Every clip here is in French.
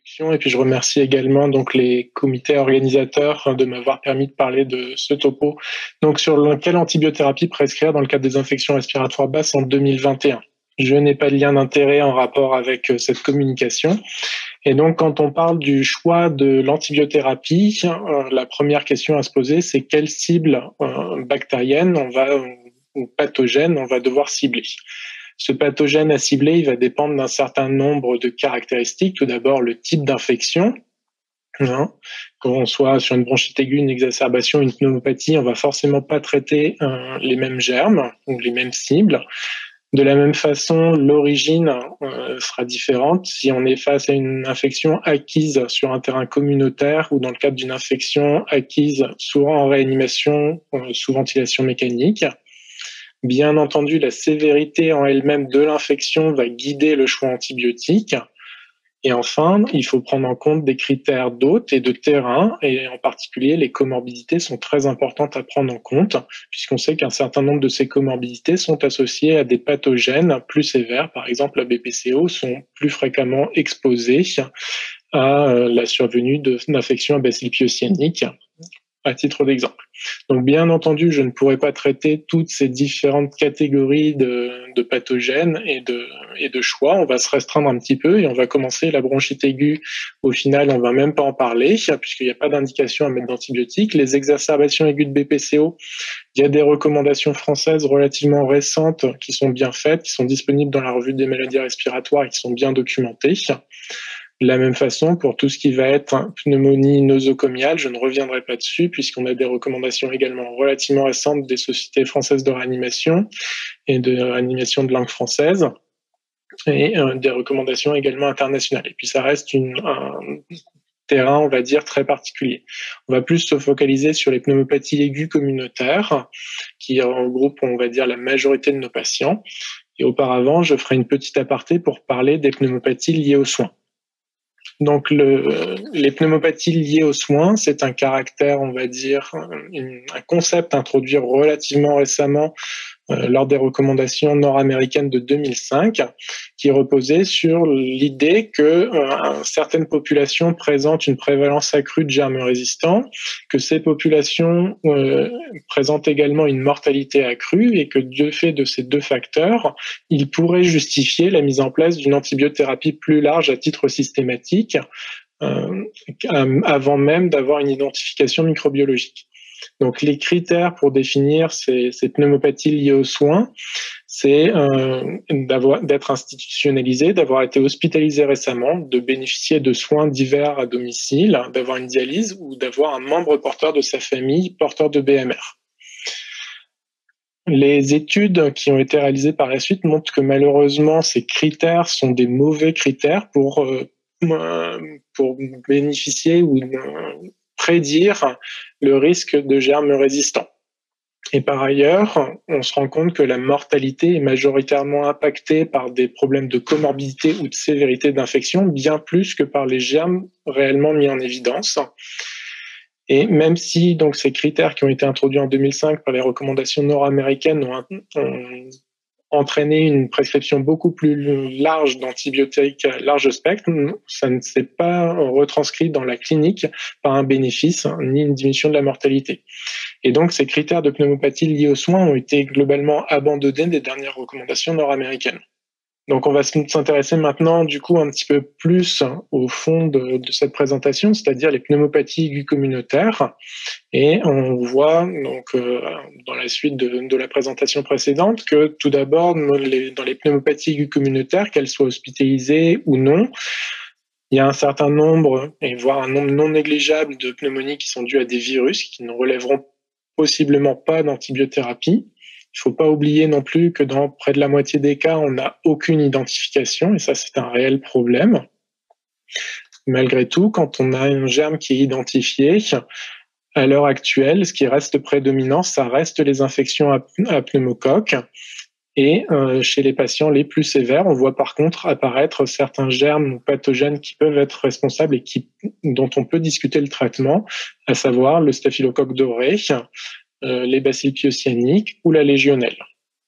Et puis je remercie également donc les comités organisateurs de m'avoir permis de parler de ce topo. Donc sur quelle antibiothérapie prescrire dans le cadre des infections respiratoires basses en 2021. Je n'ai pas de lien d'intérêt en rapport avec cette communication. Et donc quand on parle du choix de l'antibiothérapie, la première question à se poser, c'est quelle cible bactérienne ou pathogène on va devoir cibler. Ce pathogène à cibler, il va dépendre d'un certain nombre de caractéristiques. Tout d'abord, le type d'infection. Quand on soit sur une bronchite aiguë, une exacerbation, une pneumopathie, on va forcément pas traiter les mêmes germes ou les mêmes cibles. De la même façon, l'origine sera différente. Si on est face à une infection acquise sur un terrain communautaire ou dans le cadre d'une infection acquise souvent en réanimation, sous ventilation mécanique. Bien entendu, la sévérité en elle-même de l'infection va guider le choix antibiotique. Et enfin, il faut prendre en compte des critères d'hôte et de terrain, et en particulier, les comorbidités sont très importantes à prendre en compte, puisqu'on sait qu'un certain nombre de ces comorbidités sont associées à des pathogènes plus sévères. Par exemple, la BPCO sont plus fréquemment exposés à la survenue d'infections à bacilles pyocyaniques, à titre d'exemple. Donc, bien entendu, je ne pourrais pas traiter toutes ces différentes catégories de pathogènes et de choix. On va se restreindre un petit peu et on va commencer la bronchite aiguë. Au final, on va même pas en parler puisqu'il n'y a pas d'indication à mettre d'antibiotiques. Les exacerbations aiguës de BPCO, il y a des recommandations françaises relativement récentes qui sont bien faites, qui sont disponibles dans la revue des maladies respiratoires et qui sont bien documentées. De la même façon, pour tout ce qui va être pneumonie nosocomiale, je ne reviendrai pas dessus puisqu'on a des recommandations également relativement récentes des sociétés françaises de réanimation et de réanimation de langue française et des recommandations également internationales. Et puis ça reste un terrain, on va dire, très particulier. On va plus se focaliser sur les pneumopathies aiguës communautaires qui regroupent, on va dire, la majorité de nos patients. Et auparavant, je ferai une petite aparté pour parler des pneumopathies liées aux soins. Donc, les pneumopathies liées aux soins, c'est un caractère, on va dire, un concept introduit relativement récemment lors des recommandations nord-américaines de 2005, qui reposait sur l'idée que certaines populations présentent une prévalence accrue de germes résistants, que ces populations présentent également une mortalité accrue et que du fait de ces deux facteurs, il pourrait justifier la mise en place d'une antibiothérapie plus large à titre systématique avant même d'avoir une identification microbiologique. Donc, les critères pour définir ces pneumopathies liées aux soins, c'est d'être institutionnalisé, d'avoir été hospitalisé récemment, de bénéficier de soins divers à domicile, d'avoir une dialyse ou d'avoir un membre porteur de sa famille porteur de BMR. Les études qui ont été réalisées par la suite montrent que malheureusement, ces critères sont des mauvais critères pour bénéficier ou prédire le risque de germes résistants. Et par ailleurs, on se rend compte que la mortalité est majoritairement impactée par des problèmes de comorbidité ou de sévérité d'infection, bien plus que par les germes réellement mis en évidence. Et même si donc ces critères qui ont été introduits en 2005 par les recommandations nord-américaines ont entraîné une prescription beaucoup plus large d'antibiotiques à large spectre, ça ne s'est pas retranscrit dans la clinique par un bénéfice ni une diminution de la mortalité. Et donc, ces critères de pneumopathie liés aux soins ont été globalement abandonnés des dernières recommandations nord-américaines. Donc, on va s'intéresser maintenant, du coup, un petit peu plus au fond de cette présentation, c'est-à-dire les pneumopathies aiguës communautaires. Et on voit, donc, dans la suite de la présentation précédente, que tout d'abord, dans les pneumopathies aiguës communautaires, qu'elles soient hospitalisées ou non, il y a un certain nombre, et voire un nombre non négligeable de pneumonies qui sont dues à des virus qui ne relèveront possiblement pas d'antibiothérapie. Il ne faut pas oublier non plus que dans près de la moitié des cas, on n'a aucune identification, et ça, c'est un réel problème. Malgré tout, quand on a un germe qui est identifié, à l'heure actuelle, ce qui reste prédominant, ça reste les infections à pneumocoque. Et chez les patients les plus sévères, on voit par contre apparaître certains germes ou pathogènes qui peuvent être responsables et dont on peut discuter le traitement, à savoir le staphylocoque doré, les bacilles pyocyaniques ou la légionnelle.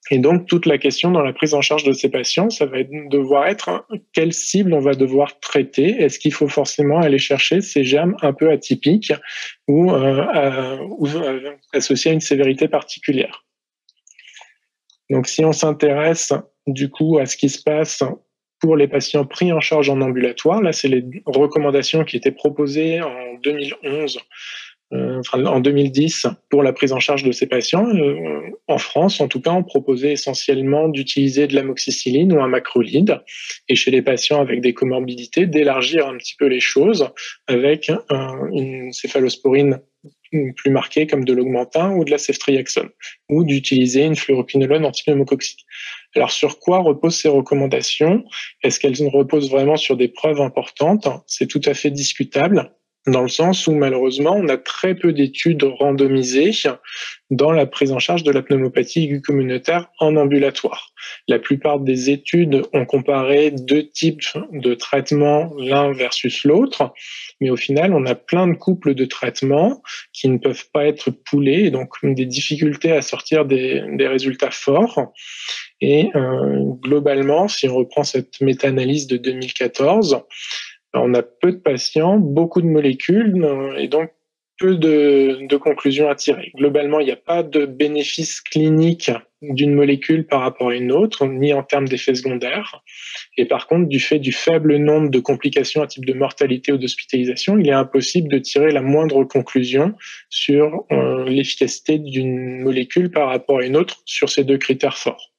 Et donc, toute la question dans la prise en charge de ces patients, ça va devoir être quelle cible on va devoir traiter. Est-ce qu'il faut forcément aller chercher ces germes un peu atypiques ou associés à une sévérité particulière? Donc, si on s'intéresse du coup à ce qui se passe pour les patients pris en charge en ambulatoire, là, c'est les recommandations qui étaient proposées en 2011 en 2010 pour la prise en charge de ces patients. En France, en tout cas, on proposait essentiellement d'utiliser de l'amoxicilline ou un macrolide, et chez les patients avec des comorbidités, d'élargir un petit peu les choses avec une céphalosporine plus marquée comme de l'augmentin ou de la ceftriaxone, ou d'utiliser une fluoroquinolone antipneumococcique. Alors, sur quoi reposent ces recommandations? Est-ce qu'elles reposent vraiment sur des preuves importantes? C'est tout à fait discutable, dans le sens où malheureusement, on a très peu d'études randomisées dans la prise en charge de la pneumopathie aiguë communautaire en ambulatoire. La plupart des études ont comparé deux types de traitements, l'un versus l'autre, mais au final, on a plein de couples de traitements qui ne peuvent pas être poolés, et donc des difficultés à sortir des résultats forts. Et globalement, si on reprend cette méta-analyse de 2014, on a peu de patients, beaucoup de molécules, et donc peu de conclusions à tirer. Globalement, il n'y a pas de bénéfice clinique d'une molécule par rapport à une autre, ni en termes d'effets secondaires. Et par contre, du fait du faible nombre de complications à type de mortalité ou d'hospitalisation, il est impossible de tirer la moindre conclusion sur l'efficacité d'une molécule par rapport à une autre sur ces deux critères forts.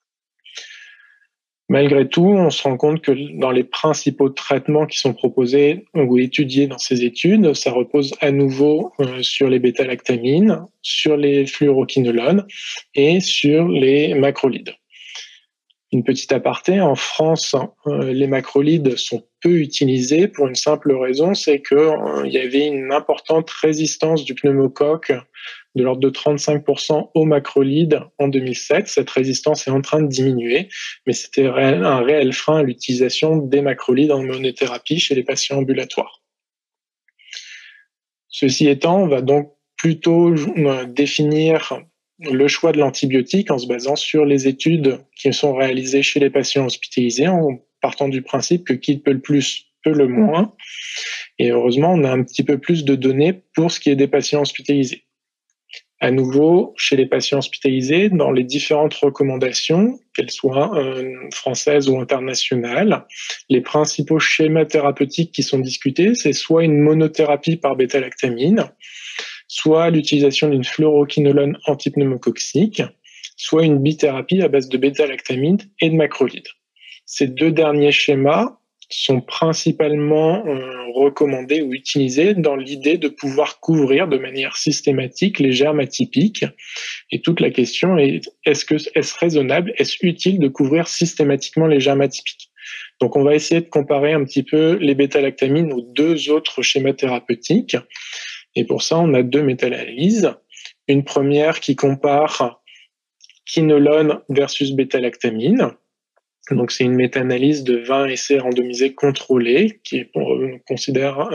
Malgré tout, on se rend compte que dans les principaux traitements qui sont proposés ou étudiés dans ces études, ça repose à nouveau sur les bêta-lactamines, sur les fluoroquinolones et sur les macrolides. Une petite aparté, en France, les macrolides sont peu utilisés pour une simple raison, c'est qu'il y avait une importante résistance du pneumocoque de l'ordre de 35% aux macrolides en 2007. Cette résistance est en train de diminuer, mais c'était un réel frein à l'utilisation des macrolides en monothérapie chez les patients ambulatoires. Ceci étant, on va donc plutôt définir le choix de l'antibiotique en se basant sur les études qui sont réalisées chez les patients hospitalisés, en partant du principe que qui peut le plus peut le moins. Et heureusement, on a un petit peu plus de données pour ce qui est des patients hospitalisés. À nouveau, chez les patients hospitalisés, dans les différentes recommandations, qu'elles soient françaises ou internationales, les principaux schémas thérapeutiques qui sont discutés, c'est soit une monothérapie par bêta-lactamine, soit l'utilisation d'une fluoroquinolone antipneumococcique, soit une bithérapie à base de bêta-lactamine et de macrolides. Ces deux derniers schémas sont principalement recommandés ou utilisés dans l'idée de pouvoir couvrir de manière systématique les germes atypiques. Et toute la question est, est-ce raisonnable, est-ce utile de couvrir systématiquement les germes atypiques? Donc on va essayer de comparer un petit peu les bêta-lactamines aux deux autres schémas thérapeutiques. Et pour ça, on a deux méta-analyses. Une première qui compare quinolone versus bêta-lactamine. Donc, c'est une méta-analyse de 20 essais randomisés contrôlés, qui on considère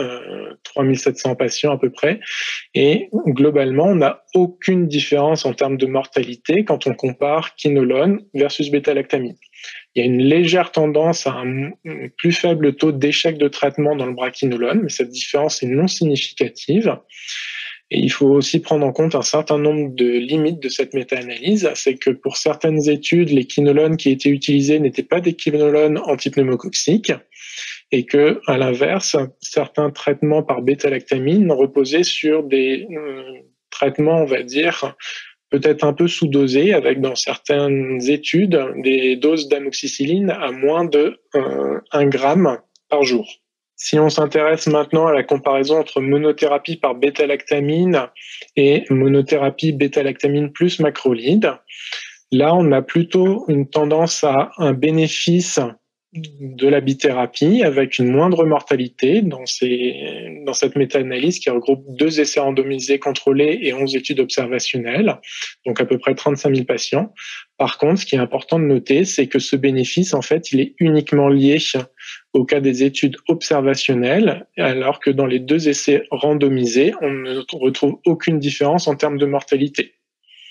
3700 patients à peu près. Et globalement, on n'a aucune différence en termes de mortalité quand on compare quinolone versus bêta-lactamine. Il y a une légère tendance à un plus faible taux d'échec de traitement dans le brachynolone, mais cette différence est non significative. Et il faut aussi prendre en compte un certain nombre de limites de cette méta-analyse. C'est que pour certaines études, les quinolones qui étaient utilisés n'étaient pas des quinolones antipneumococciques, et que, à l'inverse, certains traitements par bêta-lactamine reposaient sur des traitements, on va dire, peut-être un peu sous-dosés, avec dans certaines études des doses d'amoxicilline à moins de 1 gramme par jour. Si on s'intéresse maintenant à la comparaison entre monothérapie par bêta-lactamine et monothérapie bêta-lactamine plus macrolide, là, on a plutôt une tendance à un bénéfice de la bithérapie avec une moindre mortalité dans cette méta-analyse qui regroupe 2 essais randomisés contrôlés et 11 études observationnelles, donc à peu près 35 000 patients. Par contre, ce qui est important de noter, c'est que ce bénéfice, en fait, il est uniquement lié au cas des études observationnelles, alors que dans les 2 essais randomisés, on ne retrouve aucune différence en termes de mortalité.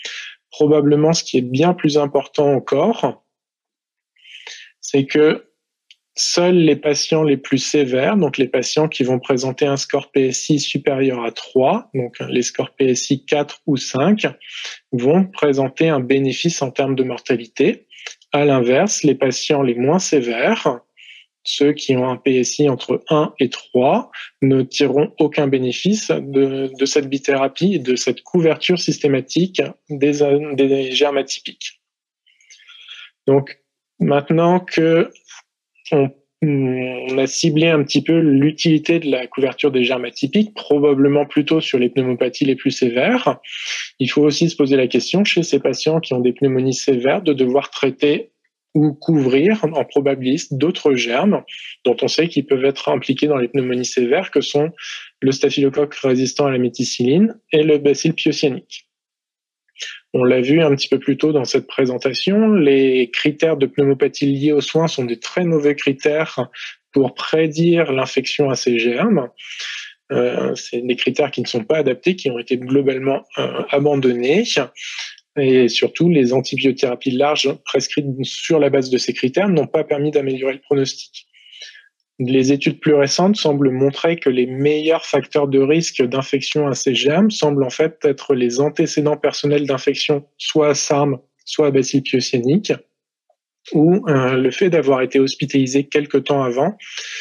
Probablement, ce qui est bien plus important encore, c'est que seuls les patients les plus sévères, donc les patients qui vont présenter un score PSI supérieur à 3, donc les scores PSI 4 ou 5, vont présenter un bénéfice en termes de mortalité. À l'inverse, les patients les moins sévères, ceux qui ont un PSI entre 1 et 3, ne tireront aucun bénéfice de cette bithérapie et de cette couverture systématique des germes atypiques. Donc, maintenant que on a ciblé un petit peu l'utilité de la couverture des germes atypiques, probablement plutôt sur les pneumopathies les plus sévères, il faut aussi se poser la question chez ces patients qui ont des pneumonies sévères de devoir traiter ou couvrir en probabiliste d'autres germes dont on sait qu'ils peuvent être impliqués dans les pneumonies sévères, que sont le staphylocoque résistant à la méticilline et le bacille pyocyanique. On l'a vu un petit peu plus tôt dans cette présentation, les critères de pneumopathie liés aux soins sont des très mauvais critères pour prédire l'infection à ces germes. C'est des critères qui ne sont pas adaptés, qui ont été globalement abandonnés. Et surtout, les antibiothérapies larges prescrites sur la base de ces critères n'ont pas permis d'améliorer le pronostic. Les études plus récentes semblent montrer que les meilleurs facteurs de risque d'infection à ces germes semblent en fait être les antécédents personnels d'infection, soit à SARM, soit à bacille pyocyanique, ou le fait d'avoir été hospitalisé quelque temps avant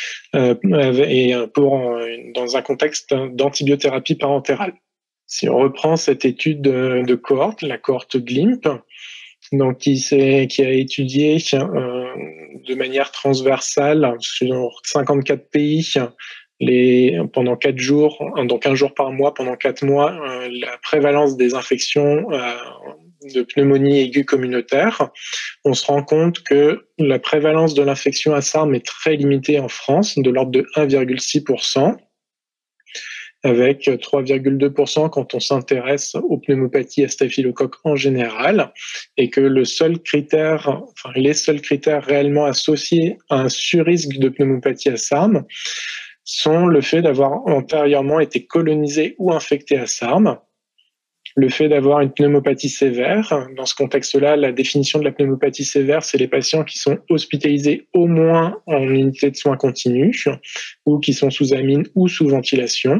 dans un contexte d'antibiothérapie parentérale. Si on reprend cette étude de cohorte, la cohorte GLIMP, donc qui a étudié de manière transversale sur 54 pays pendant 4 jours, donc un jour par mois pendant 4 mois, la prévalence des infections de pneumonie aiguë communautaire. On se rend compte que la prévalence de l'infection à SARM est très limitée en France, de l'ordre de 1,6%. Avec 3,2% quand on s'intéresse aux pneumopathies à staphylocoque en général, et que les seuls critères réellement associés à un surrisque de pneumopathie à SARM sont le fait d'avoir antérieurement été colonisé ou infecté à SARM, le fait d'avoir une pneumopathie sévère. Dans ce contexte-là, la définition de la pneumopathie sévère, c'est les patients qui sont hospitalisés au moins en unité de soins continus, ou qui sont sous amine ou sous ventilation.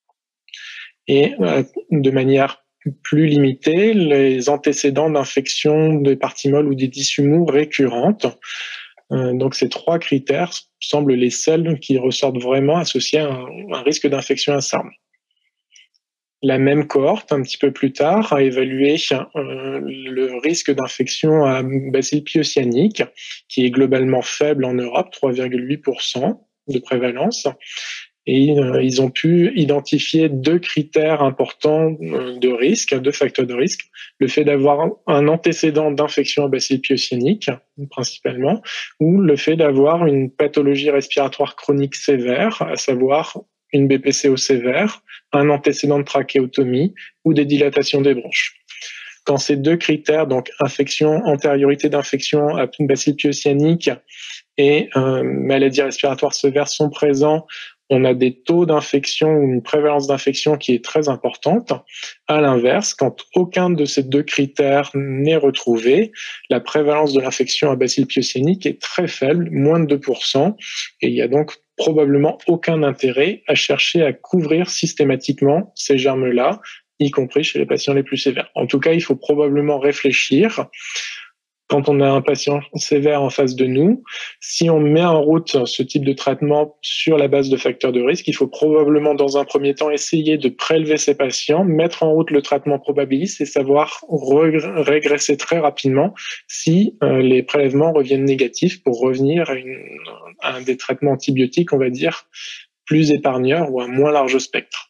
Et de manière plus limitée, les antécédents d'infection des parties molles ou des tissus mous récurrentes. Donc ces 3 critères semblent les seuls qui ressortent vraiment associés à un risque d'infection à SARM. La même cohorte, un petit peu plus tard, a évalué le risque d'infection à bacille pyocyanique, qui est globalement faible en Europe, 3,8% de prévalence. Et ils ont pu identifier 2 critères importants de risque, 2 facteurs de risque. Le fait d'avoir un antécédent d'infection à bacille pyocyanique, principalement, ou le fait d'avoir une pathologie respiratoire chronique sévère, à savoir une BPCO sévère, un antécédent de trachéotomie ou des dilatations des bronches. Quand ces 2 critères, donc antériorité d'infection à bacille pyocyanique et maladie respiratoire sévère sont présents, on a des taux d'infection ou une prévalence d'infection qui est très importante. À l'inverse, quand aucun de ces 2 critères n'est retrouvé, la prévalence de l'infection à bacille pyocyanique est très faible, moins de 2%, et il y a donc probablement aucun intérêt à chercher à couvrir systématiquement ces germes-là, y compris chez les patients les plus sévères. En tout cas, il faut probablement réfléchir, quand on a un patient sévère en face de nous, si on met en route ce type de traitement sur la base de facteurs de risque, il faut probablement dans un premier temps essayer de prélever ces patients, mettre en route le traitement probabiliste et savoir régresser très rapidement si les prélèvements reviennent négatifs pour revenir à un des traitements antibiotiques, on va dire, plus épargneurs ou à moins large spectre.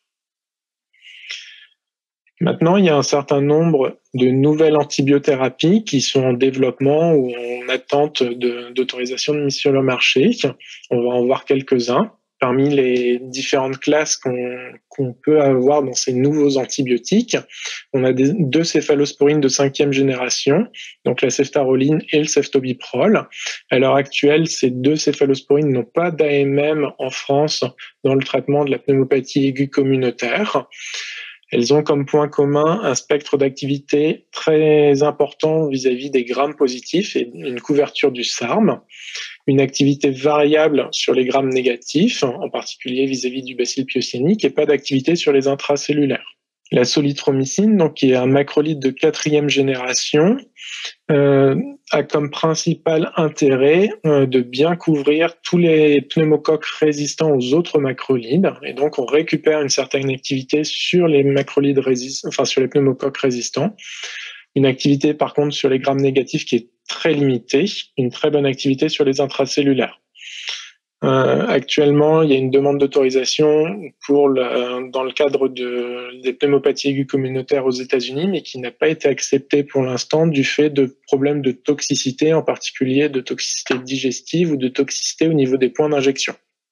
Maintenant, il y a un certain nombre de nouvelles antibiothérapies qui sont en développement ou en attente d'autorisation de mise sur le marché. On va en voir quelques-uns. Parmi les différentes classes qu'on peut avoir dans ces nouveaux antibiotiques, on a 2 céphalosporines de 5e génération, donc la ceftaroline et le ceftobiprole. À l'heure actuelle, ces 2 céphalosporines n'ont pas d'AMM en France dans le traitement de la pneumopathie aiguë communautaire. Elles ont comme point commun un spectre d'activité très important vis-à-vis des grammes positifs et une couverture du SARM, une activité variable sur les grammes négatifs, en particulier vis-à-vis du bacille pyocénique, et pas d'activité sur les intracellulaires. La solithromycine, donc, qui est un macrolide de 4e génération, a comme principal intérêt de bien couvrir tous les pneumocoques résistants aux autres macrolides, et donc on récupère une certaine activité sur les macrolides sur les pneumocoques résistants. Une activité par contre sur les grammes négatifs qui est très limitée, une très bonne activité sur les intracellulaires. Actuellement, il y a une demande d'autorisation dans le cadre des pneumopathies aiguës communautaires aux États-Unis, mais qui n'a pas été acceptée pour l'instant du fait de problèmes de toxicité, en particulier de toxicité digestive ou de toxicité au niveau des points d'injection.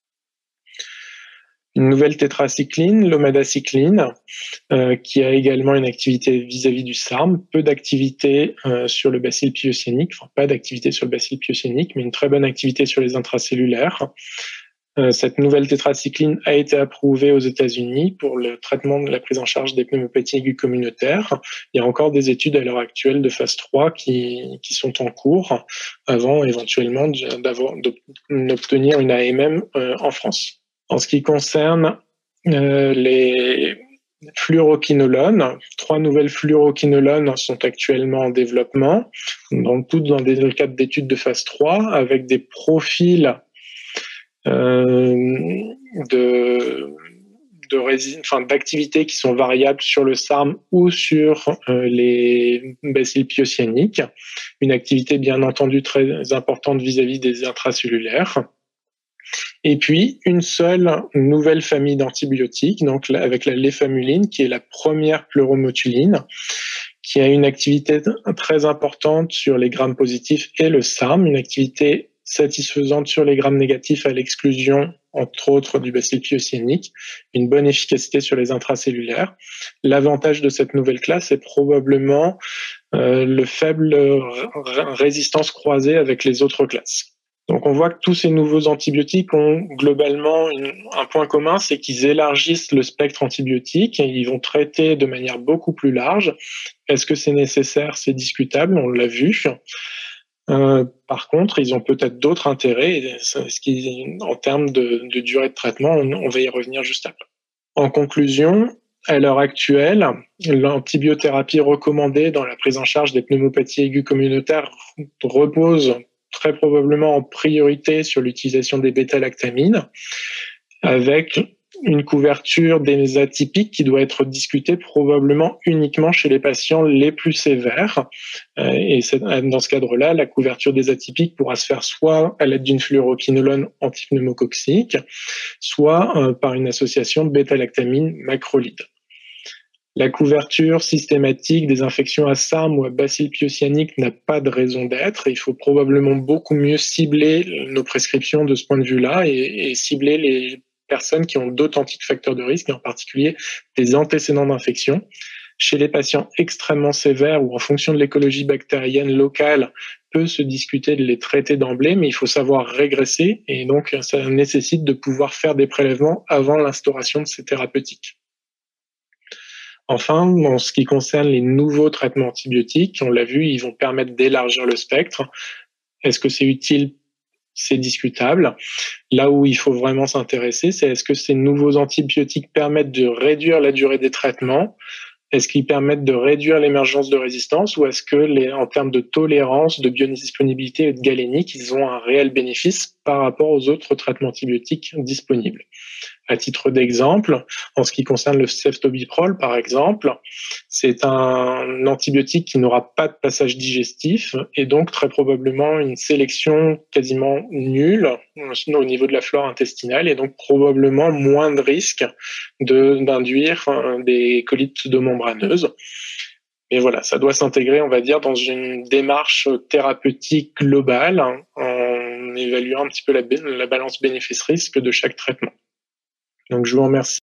Une nouvelle tétracycline, l'omadacycline, qui a également une activité vis-à-vis du SARM, peu d'activité sur le bacille pyocénique, enfin pas d'activité sur le bacille pyocénique, mais une très bonne activité sur les intracellulaires. Cette nouvelle tétracycline a été approuvée aux États-Unis pour le traitement de la prise en charge des pneumopathies aiguës communautaires. Il y a encore des études à l'heure actuelle de phase 3 qui sont en cours avant éventuellement d'obtenir une AMM en France. En ce qui concerne les fluoroquinolones, 3 nouvelles fluoroquinolones sont actuellement en développement, toutes dans des cadres d'études de phase 3, avec des profils d'activités qui sont variables sur le SARM ou sur les bacilles pyocéniques. Une activité bien entendu très importante vis-à-vis des intracellulaires. Et puis, une seule nouvelle famille d'antibiotiques, donc avec la léfamuline, qui est la première pleuromotuline, qui a une activité très importante sur les grammes positifs et le SARM, une activité satisfaisante sur les grammes négatifs à l'exclusion, entre autres, du bacille pyocénique, une bonne efficacité sur les intracellulaires. L'avantage de cette nouvelle classe est probablement le faible résistance croisée avec les autres classes. Donc on voit que tous ces nouveaux antibiotiques ont globalement un point commun, c'est qu'ils élargissent le spectre antibiotique et ils vont traiter de manière beaucoup plus large. Est-ce que c'est nécessaire? C'est discutable, on l'a vu. Par contre, ils ont peut-être d'autres intérêts, en termes de durée de traitement, on va y revenir juste après. En conclusion, à l'heure actuelle, l'antibiothérapie recommandée dans la prise en charge des pneumopathies aiguës communautaires repose très probablement en priorité sur l'utilisation des bêta-lactamines, avec une couverture des atypiques qui doit être discutée probablement uniquement chez les patients les plus sévères. Et dans ce cadre-là, la couverture des atypiques pourra se faire soit à l'aide d'une fluoroquinolone antipneumococcique, soit par une association bêta-lactamine macrolide. La couverture systématique des infections à SARM ou à bacille pyocénique n'a pas de raison d'être. Il faut probablement beaucoup mieux cibler nos prescriptions de ce point de vue-là et cibler les personnes qui ont d'authentiques facteurs de risque, et en particulier des antécédents d'infection. Chez les patients extrêmement sévères ou en fonction de l'écologie bactérienne locale, peut se discuter de les traiter d'emblée, mais il faut savoir régresser et donc ça nécessite de pouvoir faire des prélèvements avant l'instauration de ces thérapeutiques. Enfin, en ce qui concerne les nouveaux traitements antibiotiques, on l'a vu, ils vont permettre d'élargir le spectre. Est-ce que c'est utile? C'est discutable. Là où il faut vraiment s'intéresser, c'est est-ce que ces nouveaux antibiotiques permettent de réduire la durée des traitements? Est-ce qu'ils permettent de réduire l'émergence de résistance ou est-ce que, en termes de tolérance, de biodisponibilité et de galénique, ils ont un réel bénéfice par rapport aux autres traitements antibiotiques disponibles? À titre d'exemple, en ce qui concerne le ceftobiprole, par exemple, c'est un antibiotique qui n'aura pas de passage digestif et donc très probablement une sélection quasiment nulle au niveau de la flore intestinale et donc probablement moins de risque d'induire des colites pseudomembraneuses. Et voilà, ça doit s'intégrer, on va dire, dans une démarche thérapeutique globale en évaluant un petit peu la balance bénéfice-risque de chaque traitement. Donc je vous remercie.